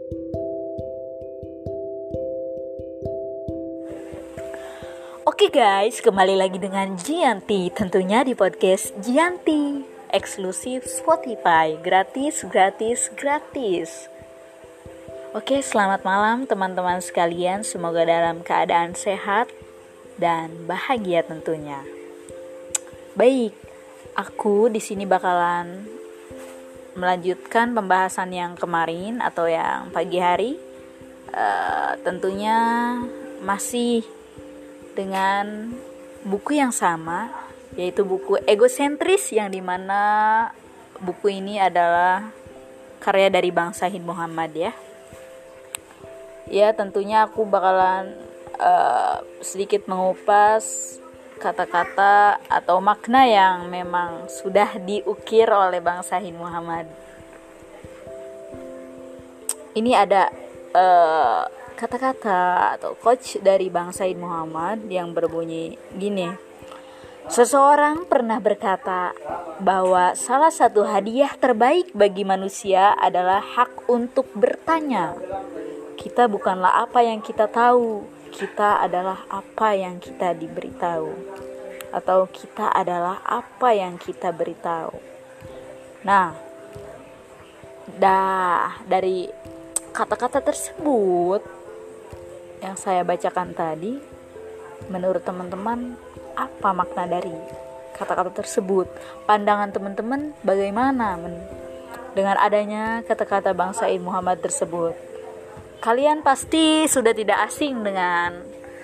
Oke guys, kembali lagi dengan Gianti, tentunya di podcast Gianti, eksklusif Spotify, gratis. Oke, selamat malam teman-teman sekalian, semoga dalam keadaan sehat dan bahagia tentunya. Baik, aku di sini bakalan melanjutkan pembahasan yang kemarin atau yang pagi hari, tentunya masih dengan buku yang sama, yaitu buku Egosentris, yang dimana buku ini adalah karya dari Bang Syahid Muhammad ya. Ya, tentunya aku bakalan sedikit mengupas kata-kata atau makna yang memang sudah diukir oleh Bang Syahid Muhammad. Ini ada kata-kata atau quotes dari Bang Syahid Muhammad yang berbunyi gini. Seseorang pernah berkata bahwa salah satu hadiah terbaik bagi manusia adalah hak untuk bertanya. Kita bukanlah apa yang kita tahu, kita adalah apa yang kita diberitahu. Atau kita adalah apa yang kita beritahu. Nah, dari kata-kata tersebut yang saya bacakan tadi, menurut teman-teman apa makna dari kata-kata tersebut? Pandangan teman-teman bagaimana dengan adanya kata-kata Bang Syahid Muhammad tersebut? Kalian pasti sudah tidak asing dengan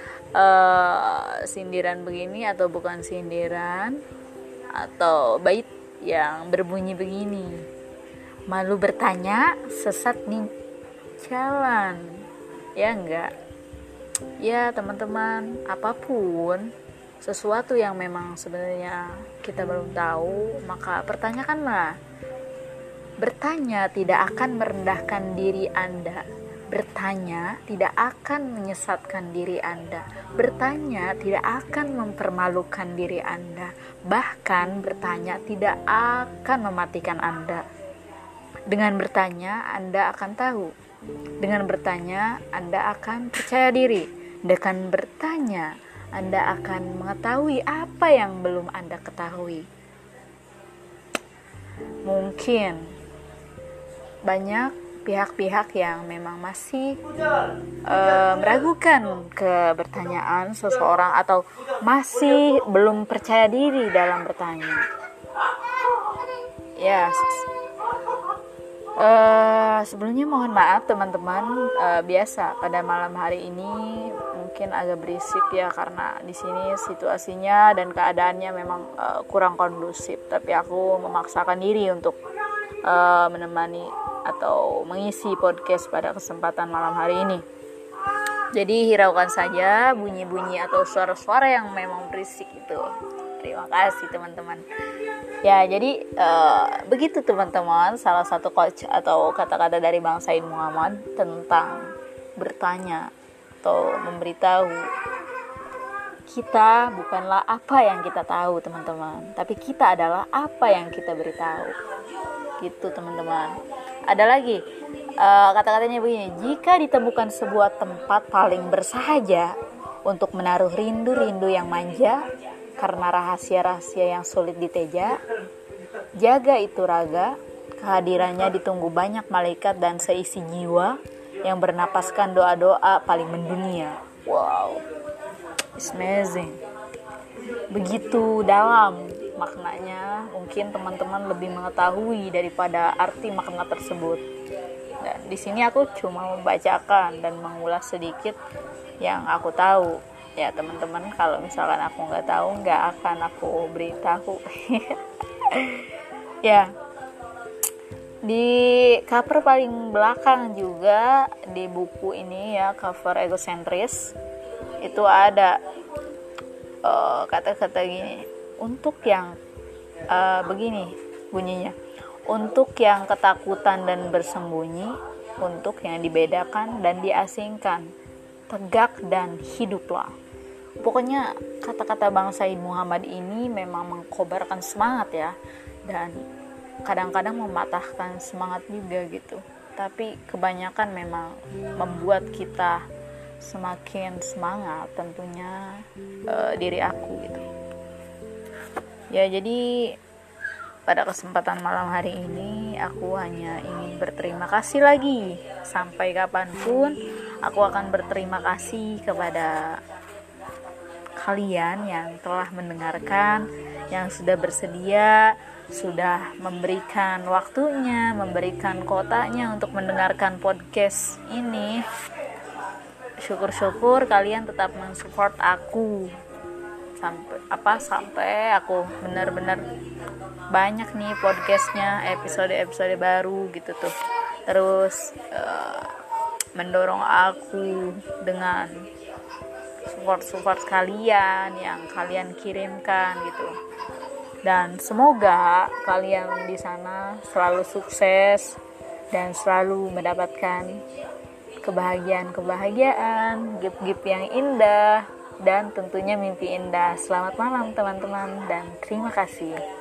sindiran begini atau bukan sindiran, atau bait yang berbunyi begini. Malu bertanya, sesat nih jalan. Ya enggak? Ya teman-teman, apapun sesuatu yang memang sebenarnya kita belum tahu, maka pertanyakanlah. Bertanya tidak akan merendahkan diri Anda. Bertanya tidak akan menyesatkan diri Anda. Bertanya tidak akan mempermalukan diri Anda. Bahkan bertanya tidak akan mematikan Anda. Dengan bertanya Anda akan tahu. Dengan bertanya, Anda akan percaya diri. Dengan bertanya, Anda akan mengetahui apa yang belum Anda ketahui. Mungkin banyak pihak-pihak yang memang masih meragukan kebertanyaan seseorang atau masih belum percaya diri dalam bertanya. Yes. Sebelumnya mohon maaf teman-teman, biasa pada malam hari ini mungkin agak berisik ya, karena di sini situasinya dan keadaannya memang kurang kondusif, tapi aku memaksakan diri untuk menemani atau mengisi podcast pada kesempatan malam hari ini. Jadi hiraukan saja bunyi-bunyi atau suara-suara yang memang berisik itu. Terima kasih teman-teman. Ya, jadi begitu teman-teman, salah satu quotes atau kata-kata dari Bang Syahid Muhammad tentang bertanya atau memberitahu. Kita bukanlah apa yang kita tahu teman-teman, tapi kita adalah apa yang kita beritahu. Gitu teman-teman. Ada lagi kata-katanya begini. Jika ditemukan sebuah tempat paling bersahaja untuk menaruh rindu-rindu yang manja, karena rahasia-rahasia yang sulit diteja, jaga itu raga, kehadirannya ditunggu banyak malaikat dan seisi jiwa yang bernapaskan doa-doa paling mendunia. Wow, it's amazing. Begitu dalam maknanya, mungkin teman-teman lebih mengetahui daripada arti makna tersebut. Dan di sini aku cuma membacakan dan mengulas sedikit yang aku tahu. Ya teman-teman, kalau misalkan aku nggak tahu, nggak akan aku beritahu. Ya, di cover paling belakang juga di buku ini ya, cover Egosentris, itu ada kata-kata gini. Untuk yang begini bunyinya, untuk yang ketakutan dan bersembunyi, untuk yang dibedakan dan diasingkan, tegak dan hiduplah. Pokoknya kata-kata Bang Syahid Muhammad ini memang mengkobarkan semangat ya, dan kadang-kadang mematahkan semangat juga gitu. tapi kebanyakan memang membuat kita semakin semangat, tentunya diri aku gitu ya. Jadi pada kesempatan malam hari ini aku hanya ingin berterima kasih lagi. Sampai kapanpun aku akan berterima kasih kepada kalian yang telah mendengarkan, yang sudah bersedia, sudah memberikan waktunya, memberikan kuotanya untuk mendengarkan podcast ini. Syukur-syukur kalian tetap mensupport aku sampai aku benar-benar banyak nih podcastnya, episode baru gitu tuh. Terus mendorong aku dengan support kalian yang kalian kirimkan gitu. Dan semoga kalian di sana selalu sukses dan selalu mendapatkan kebahagiaan, gift-gift yang indah, dan tentunya mimpi indah. Selamat malam teman-teman dan terima kasih.